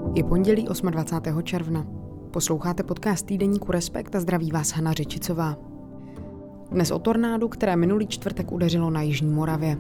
Je pondělí 28. června. Posloucháte podcast týdeníku Respekt a zdraví vás Hana Řečicová. Dnes o tornádu, které minulý čtvrtek udeřilo na jižní Moravě.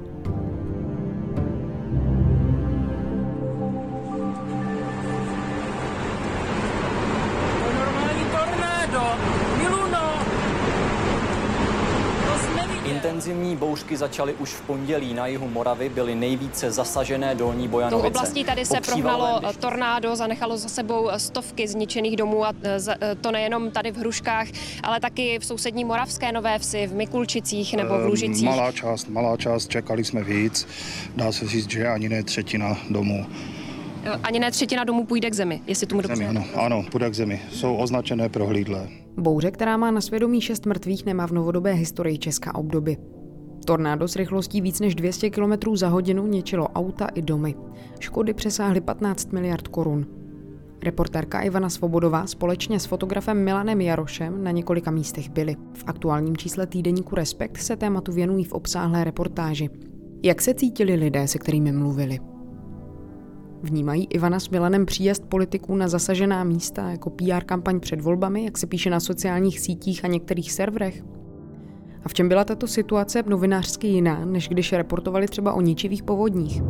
Intenzivní bouřky začaly už v pondělí na jihu Moravy, byly nejvíce zasažené Dolní Bojanovice. Tou oblastí tady se prohnalo tornádo, zanechalo za sebou stovky zničených domů a to nejenom tady v Hruškách, ale taky v sousední Moravské Nové Vsi, v Mikulčicích nebo v Lužicích. Malá část, čekali jsme víc, dá se říct, že ani ne třetina domů. Ani ne třetina domů půjde k zemi, jestli tomu dobře. Ano, půjde k zemi. Jsou označené prohlídlé. Bouře, která má na svědomí 6 mrtvých, nemá v novodobé historii Česka obdoby. Tornádo s rychlostí víc než 200 km za hodinu ničilo auta i domy. Škody přesáhly 15 miliard korun. Reportérka Ivana Svobodová společně s fotografem Milanem Jarošem na několika místech byli. V aktuálním čísle týdeníku Respekt se tématu věnují v obsáhlé reportáži. Jak se cítili lidé, se kterými mluvili? Vnímají Ivana s Milanem příjezd politiků na zasažená místa jako PR kampaň před volbami, jak se píše na sociálních sítích a některých serverech? A v čem byla tato situace novinářsky jiná, než když reportovali třeba o ničivých povodních?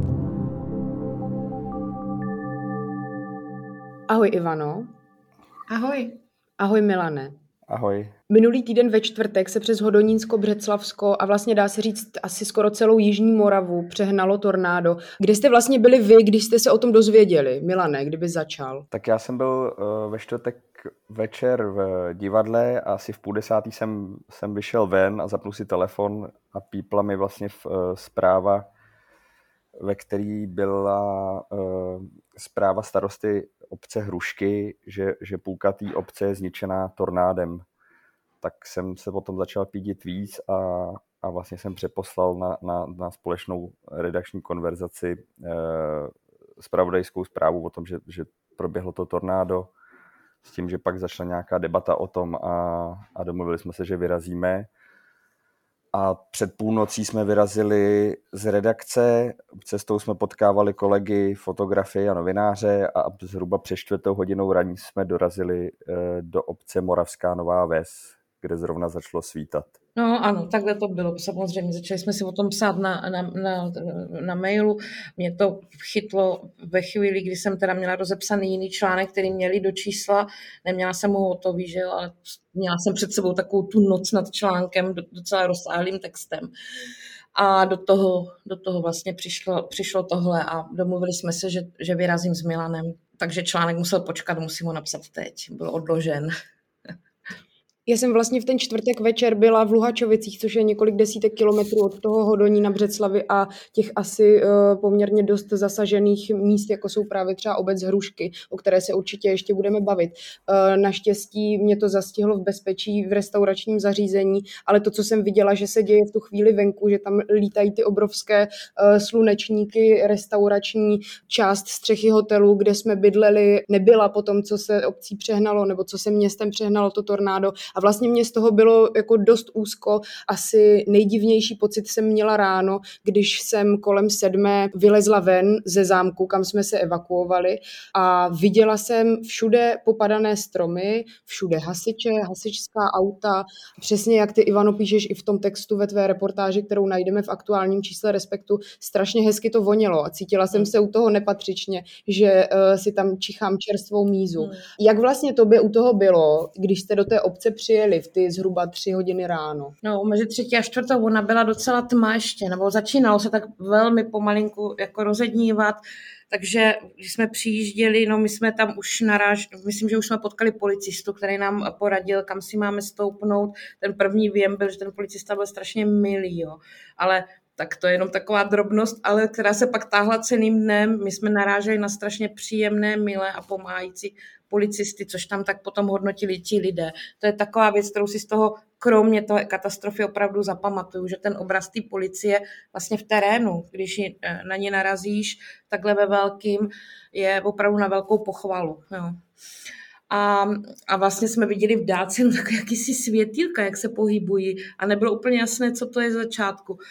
Ahoj Ivano. Ahoj. Ahoj Milane. Ahoj. Minulý týden ve čtvrtek se přes Hodonínsko, Břeclavsko a vlastně dá se říct asi skoro celou jižní Moravu přehnalo tornádo. Kde jste vlastně byli vy, když jste se o tom dozvěděli? Milane, kdyby začal. Tak já jsem byl ve čtvrtek večer v divadle a asi v 9:30 jsem vyšel ven a zapnul si telefon a pípla mi vlastně zpráva, ve který byla zpráva starosty obce Hrušky, že půlka té obce je zničená tornádem. Tak jsem se potom začal pídit víc a vlastně jsem přeposlal na společnou redakční konverzaci zpravodajskou zprávu o tom, že proběhlo to tornádo, s tím, že pak začala nějaká debata o tom a domluvili jsme se, že vyrazíme. A před půlnocí jsme vyrazili z redakce, cestou jsme potkávali kolegy, fotografy a novináře a zhruba před 4:00 raní jsme dorazili do obce Moravská Nová Ves, kde zrovna začalo svítat. No ano, takhle to bylo. Samozřejmě začali jsme si o tom psát na mailu. Mě to chytlo ve chvíli, kdy jsem teda měla rozepsaný jiný článek, který měli do čísla. Neměla jsem ho hotový, že jo, ale měla jsem před sebou takovou tu noc nad článkem, docela rozsáhlým textem. A do toho vlastně přišlo tohle a domluvili jsme se, že vyrazím s Milanem. Takže článek musel počkat, musím ho napsat teď. Byl odložen. Já jsem vlastně v ten čtvrtek večer byla v Luhačovicích, což je několik desítek kilometrů od toho Hodonína, Břeclavy a těch asi poměrně dost zasažených míst, jako jsou právě třeba obec Hrušky, o které se určitě ještě budeme bavit. Naštěstí mě to zastihlo v bezpečí v restauračním zařízení, ale to, co jsem viděla, že se děje v tu chvíli venku, že tam lítají ty obrovské slunečníky, restaurační část střechy hotelu, kde jsme bydleli, nebyla po tom, co se obcí přehnalo, nebo co se městem přehnalo to tornádo. A vlastně mě z toho bylo jako dost úzko. Asi nejdivnější pocit jsem měla ráno, když jsem kolem 7 vylezla ven ze zámku, kam jsme se evakuovali a viděla jsem všude popadané stromy, všude hasiče, hasičská auta. Přesně jak ty, Ivano, píšeš i v tom textu ve tvé reportáži, kterou najdeme v aktuálním čísle Respektu, strašně hezky to vonilo a cítila jsem se u toho nepatřičně, že si tam čichám čerstvou mízu. Jak vlastně tobě u toho bylo, když jste do té obce přijeli v ty zhruba 3 hodiny ráno? No, mezi 3 a 4 ona byla docela tma ještě, nebo začínalo se tak velmi pomalinku jako rozednívat, takže když jsme přijížděli, no my jsme tam už myslím, že už jsme potkali policistu, který nám poradil, kam si máme stoupnout. Ten první věm byl, že ten policista byl strašně milý, jo, ale tak to je jenom taková drobnost, ale která se pak táhla celým dnem. My jsme naráželi na strašně příjemné, milé a pomáhající policisty, což tam tak potom hodnotili ti lidé. To je taková věc, kterou si z toho, kromě toho katastrofy, opravdu zapamatuju, že ten obraz té policie vlastně v terénu, když na ně narazíš takhle ve velkým, je opravdu na velkou pochvalu. Jo. A vlastně jsme viděli v dálce takové jakýsi světýlka, jak se pohybují a nebylo úplně jasné, co to je z začátku.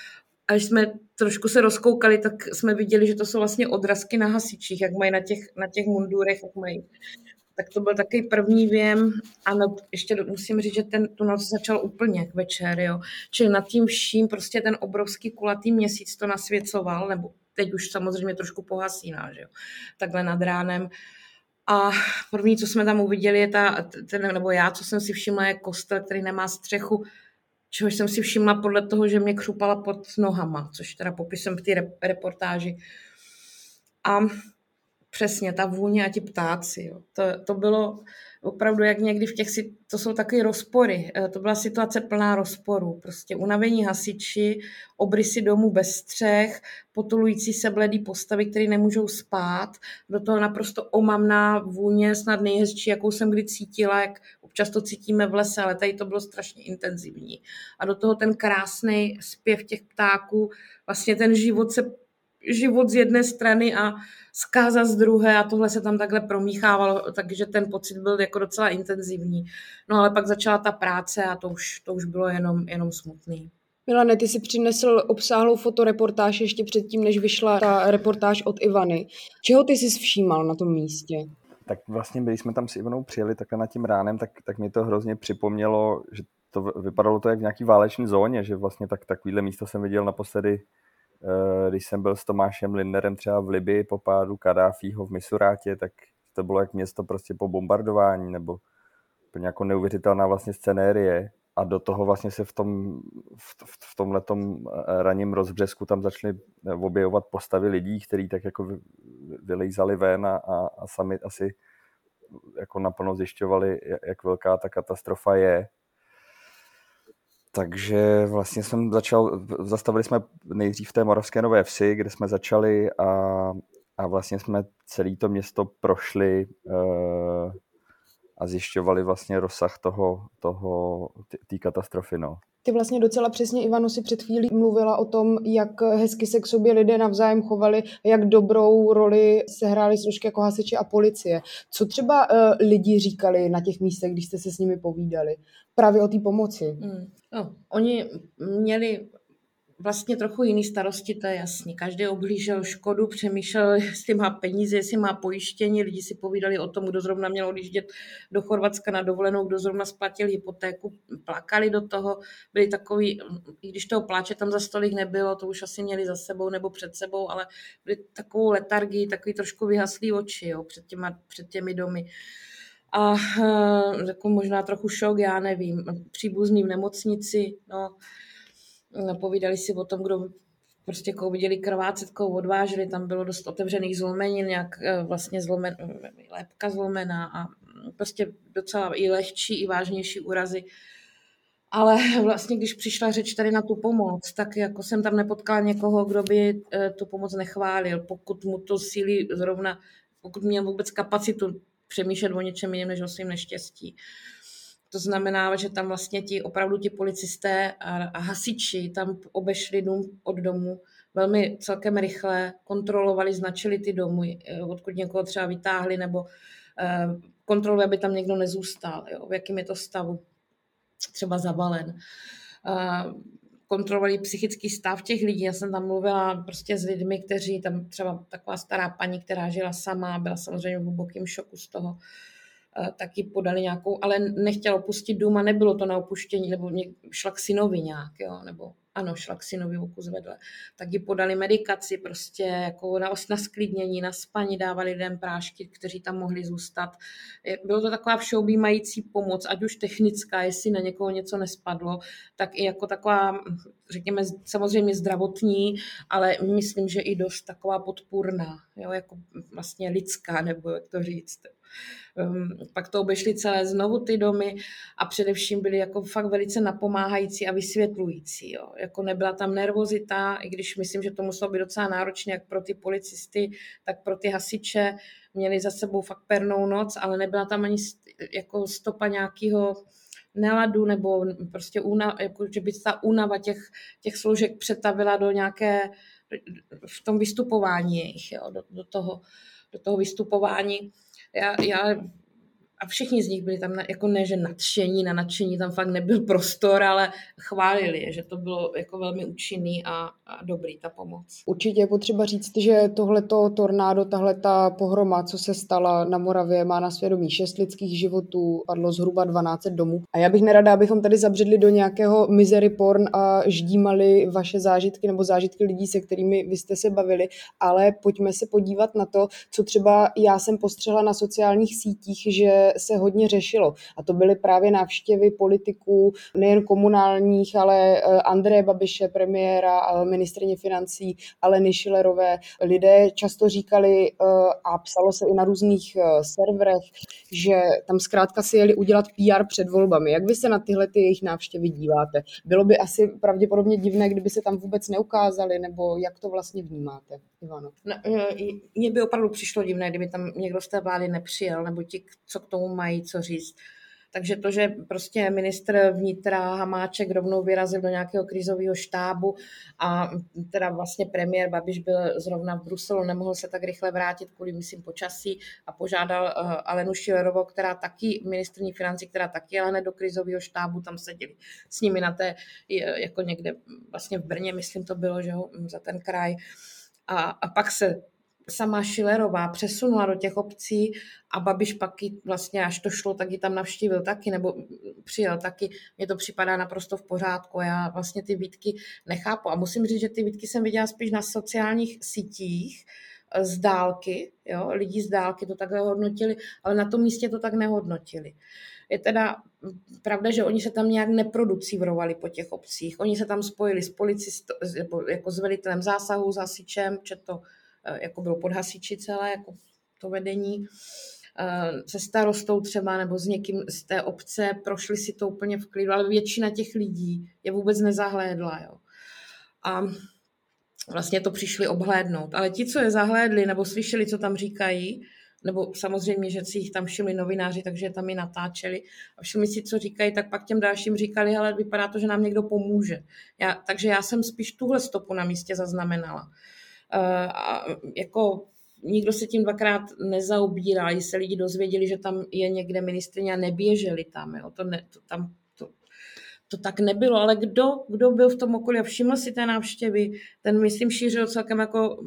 A když jsme trošku se rozkoukali, tak jsme viděli, že to jsou vlastně odrazky na hasičích, jak mají na těch mundurech, jak mají. Tak to byl takový první věm. A ještě musím říct, že tu noc začal úplně večer, jo. Čili nad tím vším prostě ten obrovský kulatý měsíc to nasvěcoval, nebo teď už samozřejmě trošku pohasíná, že jo, takhle nad ránem. A první, co jsme tam uviděli, je nebo já, co jsem si všimla, je kostel, který nemá střechu, čehož jsem si všimla podle toho, že mě křupala pod nohama, což teda popisem v té reportáži. A přesně, ta vůně a ti ptáci. Jo. To bylo opravdu jak někdy to jsou takové rozpory. To byla situace plná rozporů. Prostě unavení hasiči, obrysy domů bez střech, potulující se bledý postavy, které nemůžou spát. Do toho naprosto omamná vůně, snad nejhezčí, jakou jsem kdy cítila, jak občas to cítíme v lese, ale tady to bylo strašně intenzivní. A do toho ten krásný zpěv těch ptáků, vlastně ten život z jedné strany a zkáza z druhé a tohle se tam takhle promíchávalo, takže ten pocit byl jako docela intenzivní. No ale pak začala ta práce a to už bylo jenom smutný. Milane, ty si přinesl obsáhlou fotoreportáž ještě předtím, než vyšla ta reportáž od Ivany. Čeho ty jsi všímal na tom místě? Tak vlastně, když jsme tam s Ivanou přijeli takhle nad tím ránem, tak mi to hrozně připomnělo, že to vypadalo to jak v nějaký váleční zóně, že vlastně takovýhle místo jsem viděl naposledy, když jsem byl s Tomášem Lindnerem třeba v Libii po pádu Kadáfího v Misurátě, tak to bylo jak město prostě po bombardování, nebo úplně jako neuvěřitelná vlastně scenérie. A do toho vlastně se v tomhletom ranním rozbřesku tam začaly objevovat postavy lidí, kteří tak jako vylejzali ven a sami asi jako naplno zjišťovali, jak velká ta katastrofa je. Takže vlastně zastavili jsme nejdřív v té Moravské Nové Vsi, kde jsme začali a vlastně jsme celé to město prošli a zjišťovali vlastně rozsah té katastrofy, no. Ty vlastně docela přesně, Ivano, si před chvílí mluvila o tom, jak hezky se k sobě lidé navzájem chovali, jak dobrou roli sehrály složky jako hasiči a policie. Co třeba lidi říkali na těch místech, když jste se s nimi povídali? Právě o té pomoci. No, oni měli vlastně trochu jiný starosti, to je jasný. Každý oblížel škodu, přemýšlel, jestli má peníze, jestli má pojištění. Lidi si povídali o tom, kdo zrovna měl odjíždět do Chorvatska na dovolenou, kdo zrovna splatil hypotéku, plakali do toho, byli takový, i když toho pláče tam za stolik nebylo, to už asi měli za sebou nebo před sebou, ale byli takovou letargii, takový trošku vyhaslý oči, jo, před těmi domy. A jako možná trochu šok, já nevím, příbuzný v nemocnici, no, povídali si o tom, kdo prostě viděli krvácet, odváželi, tam bylo dost otevřených zlomenin, nějak vlastně lépka zlomená a prostě docela i lehčí, i vážnější úrazy. Ale vlastně, když přišla řeč tady na tu pomoc, tak jako jsem tam nepotkala někoho, kdo by tu pomoc nechválil, pokud mu to sílí zrovna, pokud měl vůbec kapacitu přemýšlet o něčem jiném, než o svým neštěstí. To znamená, že tam vlastně opravdu ti policisté a hasiči tam obešli dům od domu velmi celkem rychle, kontrolovali, značili ty domy, odkud někoho třeba vytáhli, nebo kontrolovali, aby tam někdo nezůstal, jo, v jakém je to stavu, třeba zavalen. Kontrolovali psychický stav těch lidí. Já jsem tam mluvila prostě s lidmi, kteří tam třeba taková stará paní, která žila sama, byla samozřejmě v hlubokém šoku z toho, taky podali nějakou, ale nechtěla opustit dům a nebylo to na opuštění, nebo šla k synovi nějak, jo, nebo ano, šla k synovi o kus vedle. Tak ji podali medikaci prostě jako na sklidnění, na spaní, dávali lidem prášky, kteří tam mohli zůstat. Bylo to taková všeobjímající pomoc, ať už technická, jestli na někoho něco nespadlo, tak i jako taková, řekněme, samozřejmě zdravotní, ale myslím, že i dost taková podpůrná, jo, jako vlastně lidská, nebo jak to říct. Pak to obešli celé znovu ty domy a především byli jako fakt velice napomáhající a vysvětlující. Jo. Jako nebyla tam nervozita, i když myslím, že to muselo být docela náročné jak pro ty policisty, tak pro ty hasiče. Měli za sebou fakt pernou noc, ale nebyla tam ani jako stopa nějakého neladu nebo prostě jako, že by ta únava těch složek přetavila do nějaké v tom vystupování jejich, jo, do toho vystupování. Já a všichni z nich byli tam jako ne, že nadšení, na nadšení tam fakt nebyl prostor, ale chválili je, že to bylo jako velmi účinný a dobrý ta pomoc. Určitě je potřeba říct, že tohleto tornádo, tahleta pohroma, co se stala na Moravě, má na svědomí 6 lidských životů, padlo zhruba 12 domů. A já bych nerada, abychom tady zabředli do nějakého misery porn a ždímali vaše zážitky nebo zážitky lidí, se kterými vy jste se bavili, ale pojďme se podívat na to, co třeba já jsem postřehla na sociálních sítích, že se hodně řešilo. A to byly právě návštěvy politiků, nejen komunálních, ale Andreje Babiše, premiéra, a ministryně financí Aleny Schillerové. Lidé často říkali a psalo se i na různých serverech, že tam zkrátka si jeli udělat PR před volbami. Jak vy se na tyhle jejich návštěvy díváte? Bylo by asi pravděpodobně divné, kdyby se tam vůbec neukázali, nebo jak to vlastně vnímáte, Ivano? No, mně by opravdu přišlo divné, kdyby tam někdo z té vlády nepřijel, nebo ti, co k tomu mají co říct. Takže to, že prostě ministr vnitra Hamáček rovnou vyrazil do nějakého krizového štábu a teda vlastně premiér Babiš byl zrovna v Bruselu, nemohl se tak rychle vrátit kvůli, myslím, počasí a požádal Alenu Schillerovou, která taky, ministryní financí, která taky jela hned do krizového štábu, tam seděli s nimi na té, jako někde vlastně v Brně, myslím to bylo, že jo, za ten kraj. A pak se sama Schillerová přesunula do těch obcí a Babiš pak vlastně, až to šlo, tak ji tam navštívil taky, nebo přijel taky. Mně to připadá naprosto v pořádku. Já vlastně ty výtky nechápu. A musím říct, že ty výtky jsem viděla spíš na sociálních sítích z dálky. Jo? Lidi z dálky to takhle hodnotili, ale na tom místě to tak nehodnotili. Je teda pravda, že oni se tam nějak neproducívrovali po těch obcích. Oni se tam spojili s policistou, jako s velitelem zásahu, s hasičem, to jako bylo pod hasiči celé, jako to vedení, se starostou třeba nebo s někým z té obce, prošli si to úplně v klidu, ale většina těch lidí je vůbec nezahlédla. Jo. A vlastně to přišli obhlédnout. Ale ti, co je zahlédli nebo slyšeli, co tam říkají, nebo samozřejmě, že si jich tam všimli novináři, takže tam i natáčeli a všimli si, co říkají, tak pak těm dalším říkali, ale vypadá to, že nám někdo pomůže. Takže já jsem spíš tuhle stopu na místě zaznamenala. A jako nikdo se tím dvakrát nezaobíral, když se lidi dozvěděli, že tam je někde ministryně a neběželi tam, jo. To tak nebylo, ale kdo byl v tom okolí a všiml si té návštěvy, ten myslím šířil celkem jako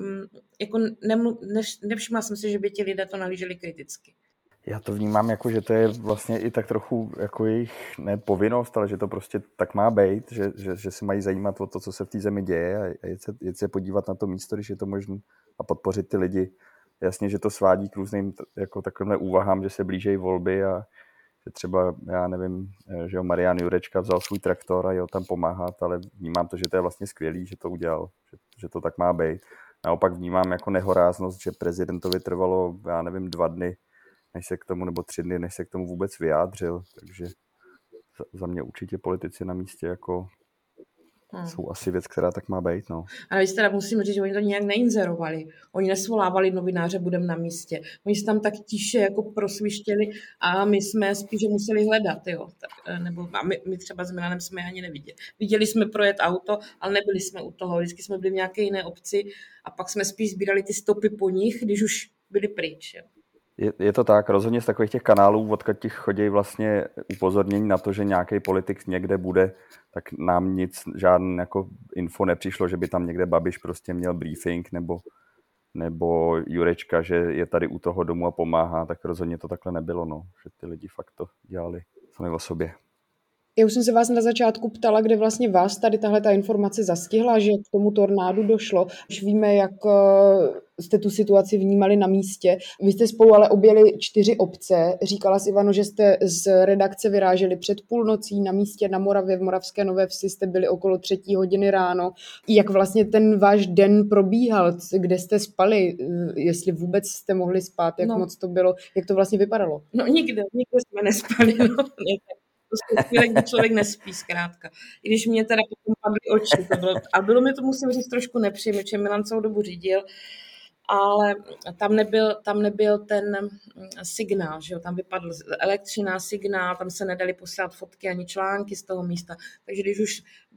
nevšimla jsem si, že by ti lidé to nahlíželi kriticky. Já to vnímám jako, že to je vlastně i tak trochu jako jejich ne povinnost, ale že to prostě tak má být, že se mají zajímat o to, co se v té zemi děje a jet se podívat na to místo, když je to možné a podpořit ty lidi. Jasně, že to svádí k různým jako takovýmhle úvahám, že se blížejí volby a že třeba, já nevím, že jo, Marian Jurečka vzal svůj traktor a jel tam pomáhat, ale vnímám to, že to je vlastně skvělý, že to udělal, že to tak má být. Naopak vnímám jako nehoráznost, že prezidentovi trvalo, já nevím, 2 dny, než se k tomu, nebo 3 dny, než se k tomu vůbec vyjádřil, takže za mě určitě politici na místě jako jsou asi věc, která tak má být, no. Ale víc teda musím říct, že oni to nějak neinzerovali. Oni nesvolávali novináře, budem na místě. Oni se tam tak tiše jako prosvištěli a my jsme spíš museli hledat, jo. Nebo my třeba s Milanem jsme ani neviděli. Viděli jsme projet auto, ale nebyli jsme u toho. Vždycky jsme byli v nějaké jiné obci a pak jsme spíš sbírali ty stopy po nich, když už byli pryč, jo. Je to tak, rozhodně z takových těch kanálů, odkud těch chodí vlastně upozornění na to, že nějaký politik někde bude, tak nám nic, žádný jako info nepřišlo, že by tam někde Babiš prostě měl briefing nebo Jurečka, že je tady u toho domu a pomáhá, tak rozhodně to takhle nebylo, no, že ty lidi fakt to dělali sami o sobě. Já už jsem se vás na začátku ptala, kde vlastně vás tady tahle ta informace zastihla, že k tomu tornádu došlo. Už víme, jak jste tu situaci vnímali na místě. Vy jste spolu ale objeli 4 obce. Říkala jsi, Ivano, že jste z redakce vyráželi před půlnocí na místě na Moravě, v Moravské Nové Vsi jste byli okolo 3 hodiny ráno. Jak vlastně ten váš den probíhal? Kde jste spali? Jestli vůbec jste mohli spát? Jak moc to bylo? Jak to vlastně vypadalo? No nikde jsme nespali. No. To chvíle, kdy člověk nespí zkrátka. I když mě teda potom padly oči. A bylo mi to, musím říct, trošku nepříjemné, že Milan celou dobu řídil, ale tam nebyl ten signál, že jo? Tam vypadl elektřina, signál, tam se nedali posílat fotky ani články z toho místa. Takže když už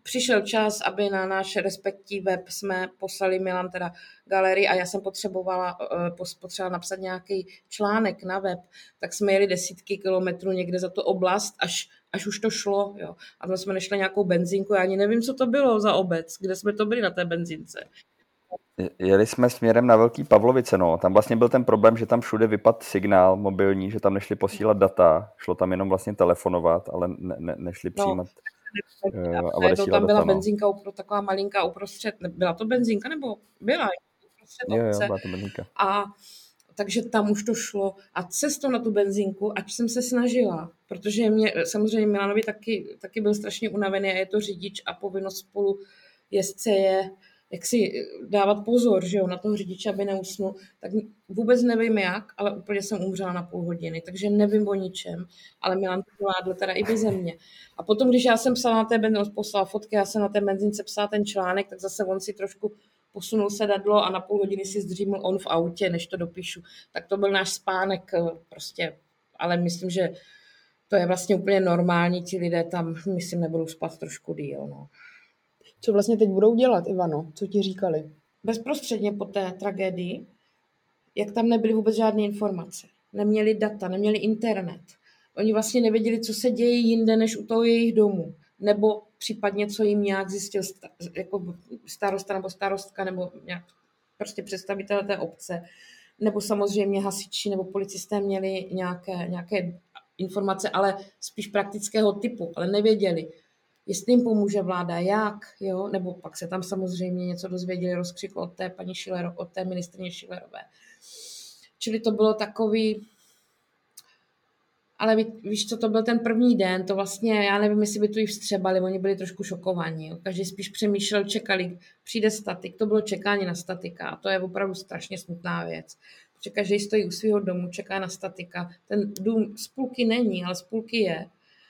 přišel čas, aby na náš respektí web jsme poslali Milan teda galerii a já jsem potřebovala napsat nějaký článek na web, tak jsme jeli desítky kilometrů někde za tu oblast, až už to šlo. Jo. A tam jsme nešli nějakou benzínku, já ani nevím, co to bylo za obec, kde jsme to byli na té benzínce. Jeli jsme směrem na Velký Pavlovice, no. Tam vlastně byl ten problém, že tam všude vypadl signál mobilní, že tam nešli posílat data, šlo tam jenom vlastně telefonovat, ale nešli přijímat a odesílat tam byla data, benzínka, taková malinká uprostřed, byla to benzínka, nebo byla uprostřed obce. Jo, byla to benzínka. A takže tam už to šlo a cestou na tu benzínku, ať jsem se snažila, protože mě samozřejmě Milanovi taky byl strašně unavený a je to řidič a povinnost spolu jezdce je jak si dávat pozor, že jo, na toho řidiče, aby neusnul, tak vůbec nevím jak, ale úplně jsem umřela na půl hodiny, takže nevím o ničem, ale Milan to zvládl teda i beze mě. A potom, když já jsem psala na té benzínce, poslala fotky, já jsem na té benzínce psala ten článek, tak zase on si trošku posunul sedadlo a na půl hodiny si zdříml on v autě, než to dopíšu. Tak to byl náš spánek prostě, ale myslím, že to je vlastně úplně normální, ti lidé tam, myslím, nebudou spát trošku díl, no. Co vlastně teď budou dělat, Ivano? Co ti říkali? Bezprostředně po té tragédii, jak tam nebyly vůbec žádné informace. Neměli data, neměli internet. Oni vlastně nevěděli, co se děje jinde, než u toho jejich domu. Nebo případně, co jim nějak zjistil jako starosta nebo starostka, nebo nějak prostě představitel té obce. Nebo samozřejmě hasiči nebo policisté měli nějaké informace, ale spíš praktického typu, ale nevěděli, jestli jim pomůže vláda, jak, jo, nebo pak se tam samozřejmě něco dozvěděli, rozkřiklo od té paní Schillerové, od té ministryně Schillerové. Čili to bylo takový, ale víš, co to byl ten první den, to vlastně, já nevím, jestli by tu i vstřebali, oni byli trošku šokovaní, jo. Každý spíš přemýšlel, čekali, přijde statik, to bylo čekání na statika a to je opravdu strašně smutná věc. Protože každý stojí u svého domu, čeká na statika, ten dům z půlky není, ale z půlky je.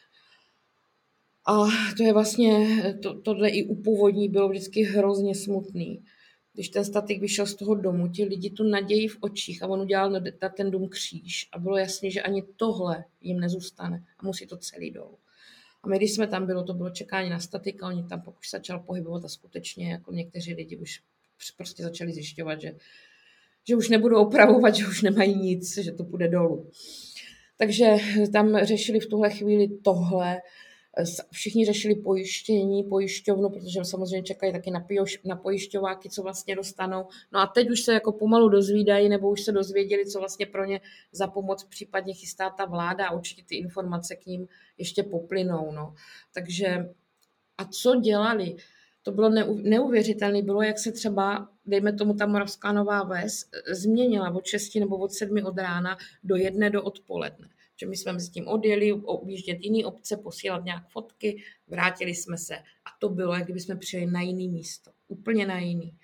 A to je vlastně, tohle i u povodní bylo vždycky hrozně smutný. Když ten statik vyšel z toho domu, ti lidi tu naději v očích a on udělal na ten dům kříž a bylo jasné, že ani tohle jim nezůstane a musí to celý dolů. A my, když jsme tam bylo, to bylo čekání na statika, oni tam pokud začal pohybovat a skutečně jako někteří lidi už prostě začali zjišťovat, že už nebudou opravovat, že už nemají nic, že to půjde dolů. Takže tam řešili v tuhle chvíli tohle. Všichni řešili pojišťovnu, protože samozřejmě čekají taky na pojišťováky, co vlastně dostanou. No a teď už se jako pomalu dozvídají, nebo už se dozvěděli, co vlastně pro ně za pomoc případně chystá ta vláda a určitě ty informace k ním ještě poplynou. No. Takže a co dělali? To bylo neuvěřitelné, bylo, jak se třeba, dejme tomu, ta Moravská Nová Ves změnila od 6 nebo od 7 od rána do 1 do odpoledne. Že my jsme s tím odjeli, objíždět jiný obce, posílat nějak fotky, vrátili jsme se. A to bylo, jak kdyby jsme přijeli na jiný místo. Úplně na jiný.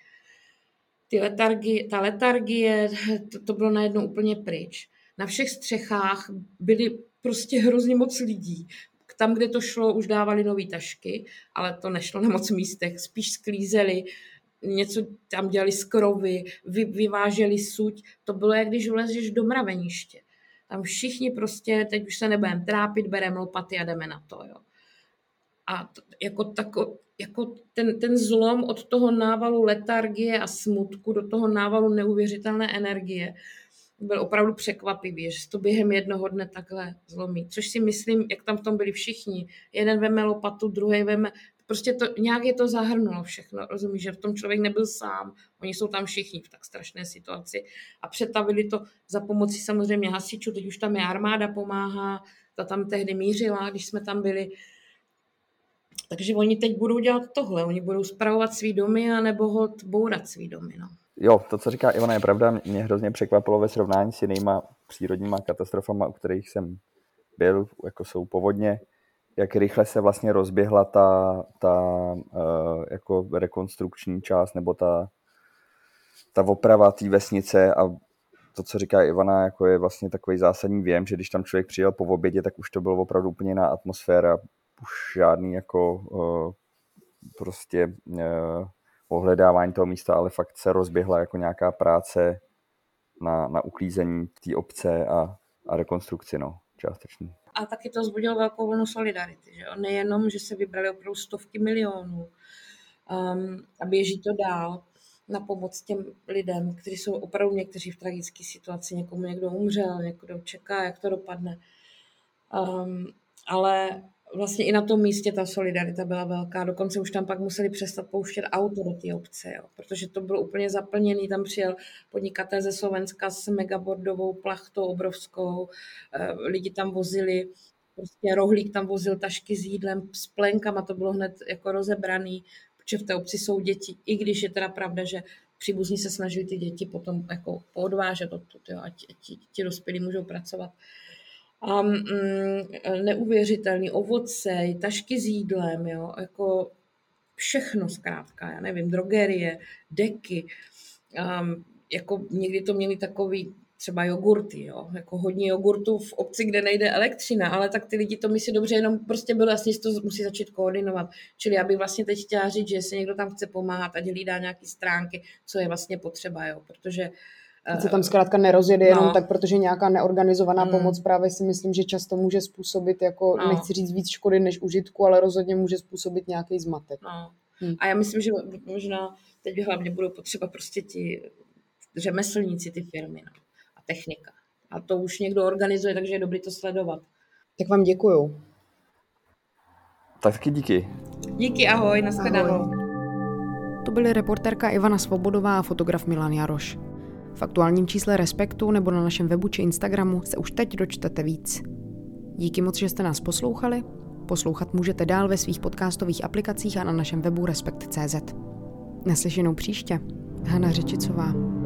Ta letargie, to bylo najednou úplně pryč. Na všech střechách byly prostě hrozně moc lidí. Tam, kde to šlo, už dávali nový tašky, ale to nešlo na moc místech. Spíš sklízeli, něco tam dělali z krovy, vyváželi suť. To bylo, jak když vlezeš do mraveniště. Tam všichni prostě, teď už se nebudeme trápit, bereme lopaty a jdeme na to. Jo. A jako ten zlom od toho návalu letargie a smutku do toho návalu neuvěřitelné energie byl opravdu překvapivý, že se to během jednoho dne takhle zlomí. Což si myslím, jak tam v tom byli všichni. Jeden veme lopatu, druhý veme... Prostě to, nějak je to zahrnulo všechno, rozumíš, že v tom člověk nebyl sám, oni jsou tam všichni v tak strašné situaci a přetavili to za pomoci samozřejmě hasičů, teď už tam je armáda pomáhá, ta tam tehdy mířila, když jsme tam byli. Takže oni teď budou dělat tohle, oni budou spravovat svý domy anebo hod bourat svý domy, no. Jo, to, co říká Ivana, je pravda, mě hrozně překvapilo ve srovnání s jinýma přírodníma katastrofama, u kterých jsem byl, jako jsou povodně, jak rychle se vlastně rozběhla ta jako rekonstrukční část nebo ta oprava té vesnice a to, co říká Ivana, jako je vlastně takový zásadní věm, že když tam člověk přijel po obědě, tak už to bylo opravdu úplně jiná atmosféra, už žádný jako prostě ohledávání toho místa, ale fakt se rozběhla jako nějaká práce na uklízení té obce a rekonstrukci, no. částečný. A taky to vzbudilo velkou vlnu solidarity. Že jo? Nejenom, že se vybrali opravdu stovky milionů a běží to dál na pomoc těm lidem, kteří jsou opravdu někteří v tragické situaci. Někomu někdo umřel, někdo čeká, jak to dopadne. Ale vlastně i na tom místě ta solidarita byla velká. Dokonce už tam pak museli přestat pouštět auto do té obce, jo? Protože to bylo úplně zaplněný. Tam přijel podnikatel ze Slovenska s megabordovou plachtou obrovskou. Lidi tam vozili, prostě rohlík tam vozil tašky s jídlem, s plenkama, to bylo hned jako rozebraný, protože v té obci jsou děti. I když je teda pravda, že příbuzní se snažili ty děti potom jako odvážet odtud, jo? Ať ti dospělí můžou pracovat. A neuvěřitelný ovoce, tašky s jídlem, jo, jako všechno zkrátka, já nevím, drogerie, deky, jako někdy to měli takový třeba jogurty, jo, jako hodně jogurtů v obci, kde nejde elektřina, ale tak ty lidi to myslí dobře, jenom prostě bylo jasně, že to musí začít koordinovat. Čili já bych vlastně teď chtěla říct, že jestli někdo tam chce pomáhat, ať hlídá nějaký stránky, co je vlastně potřeba, jo, protože se tam zkrátka nerozjede jenom tak, protože nějaká neorganizovaná pomoc právě si myslím, že často může způsobit, jako nechci říct víc škody než užitku, ale rozhodně může způsobit nějaký zmatek. A já myslím, že možná teď hlavně budou potřeba prostě ti řemeslníci, ty firmy a technika. A to už někdo organizuje, takže je dobrý to sledovat. Tak vám děkuju. Tak taky díky. Díky, ahoj, nashledanou. To byly reportérka Ivana Svobodová a fotograf Milan Jaroš. V aktuálním čísle Respektu nebo na našem webu či Instagramu se už teď dočtete víc. Díky moc, že jste nás poslouchali. Poslouchat můžete dál ve svých podcastových aplikacích a na našem webu respekt.cz. Naslyšenou příště. Hana Řečicová.